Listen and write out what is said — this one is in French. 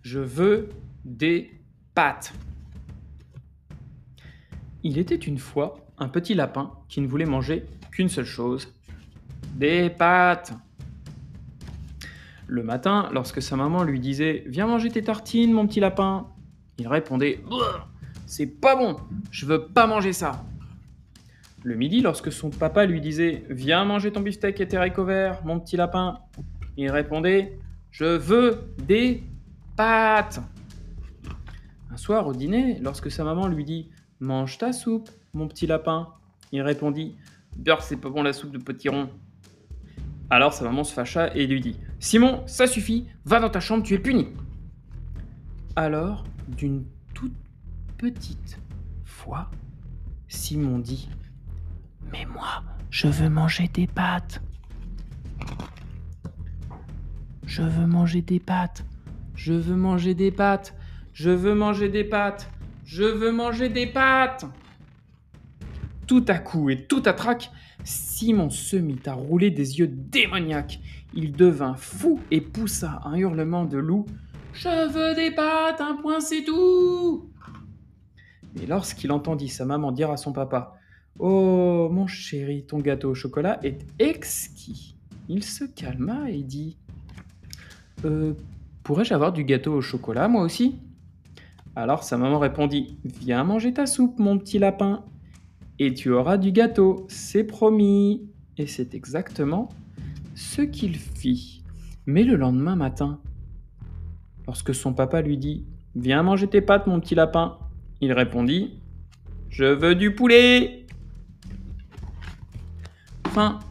Je veux des pâtes. Il était une fois un petit lapin qui ne voulait manger qu'une seule chose, des pâtes. Le matin, lorsque sa maman lui disait « Viens manger tes tartines, mon petit lapin », il répondait « C'est pas bon, je veux pas manger ça ». Le midi, lorsque son papa lui disait « Viens manger ton beefsteak et tes haricots verts, mon petit lapin », il répondait « Je veux des pâtes ». Un soir au dîner, lorsque sa maman lui dit « Mange ta soupe, mon petit lapin », il répondit « Beurre, c'est pas bon la soupe de potiron ». Alors sa maman se fâcha et lui dit « Simon, ça suffit, va dans ta chambre, tu es puni ». Alors, d'une toute petite voix, Simon dit « Mais moi, je veux manger des pâtes. Je veux manger des pâtes. Je veux manger des pâtes. Je veux manger des pâtes. Je veux manger des pâtes !» Tout à coup et tout à trac, Simon se mit à rouler des yeux démoniaques. Il devint fou et poussa un hurlement de loup. « Je veux des pâtes, un point c'est tout !» Mais lorsqu'il entendit sa maman dire à son papa « Oh, mon chéri, ton gâteau au chocolat est exquis !» il se calma et dit « Pourrais-je avoir du gâteau au chocolat, moi aussi ?» Alors sa maman répondit « Viens manger ta soupe, mon petit lapin, et tu auras du gâteau, c'est promis !» Et c'est exactement ce qu'il fit. Mais le lendemain matin, lorsque son papa lui dit « Viens manger tes pâtes, mon petit lapin », il répondit « Je veux du poulet !» Fin.